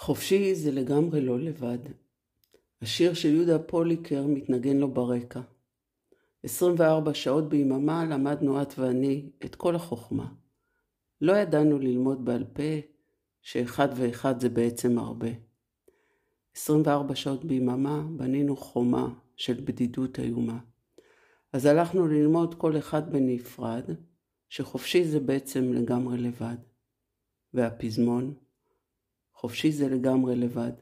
חופשי זה לגמרי לא לבד. השיר של יהודה פוליקר מתנגן לו ברקע. 24 שעות ביממה למדנו את ואני את כל החוכמה. לא ידענו ללמוד בעל פה שאחד ואחד זה בעצם הרבה. 24 שעות ביממה בנינו חומה של בדידות איומה. אז הלכנו ללמוד כל אחד בנפרד, שחופשי זה בעצם לגמרי לבד. והפזמון, חופשי זה לגמרי לבד.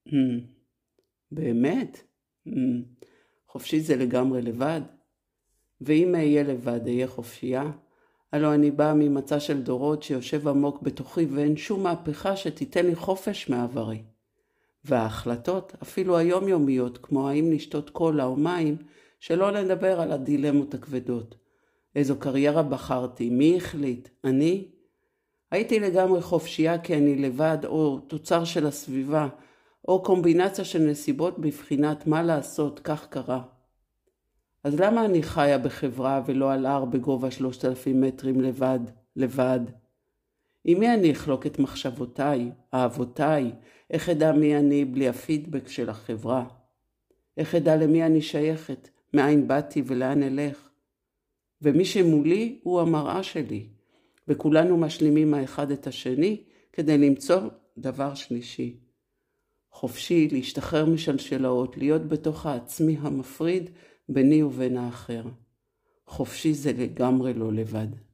באמת? חופשי זה לגמרי לבד? ואם אהיה לבד, אהיה חופשייה? הלא אני באה ממצע של דורות שיושב עמוק בתוכי ואין שום מהפכה שתיתן לי חופש מעברי. וההחלטות, אפילו היומיומיות, כמו האם נשתות קולה או מים, שלא נדבר על הדילמות הכבדות. איזו קריירה בחרתי, מי החליט? אני? הייתי לגמרי חופשייה כי אני לבד או תוצר של הסביבה, או קומבינציה של נסיבות בבחינת מה לעשות, כך קרה. אז למה אני חיה בחברה ולא על הר בגובה 3,000 מטרים לבד? עם מי אני אחלוק את מחשבותיי, אהבותיי? איך אדע מי אני בלי הפידבק של החברה? איך אדע למי אני שייכת, מאין באתי ולאן אלך? ומי שמולי הוא המראה שלי, וכולנו משלימים האחד את השני כדי למצוא דבר שלישי. חופשי להשתחרר משלשלאות, להיות בתוך העצמי המפריד ביני ובין האחר. חופשי זה לגמרי לא לבד.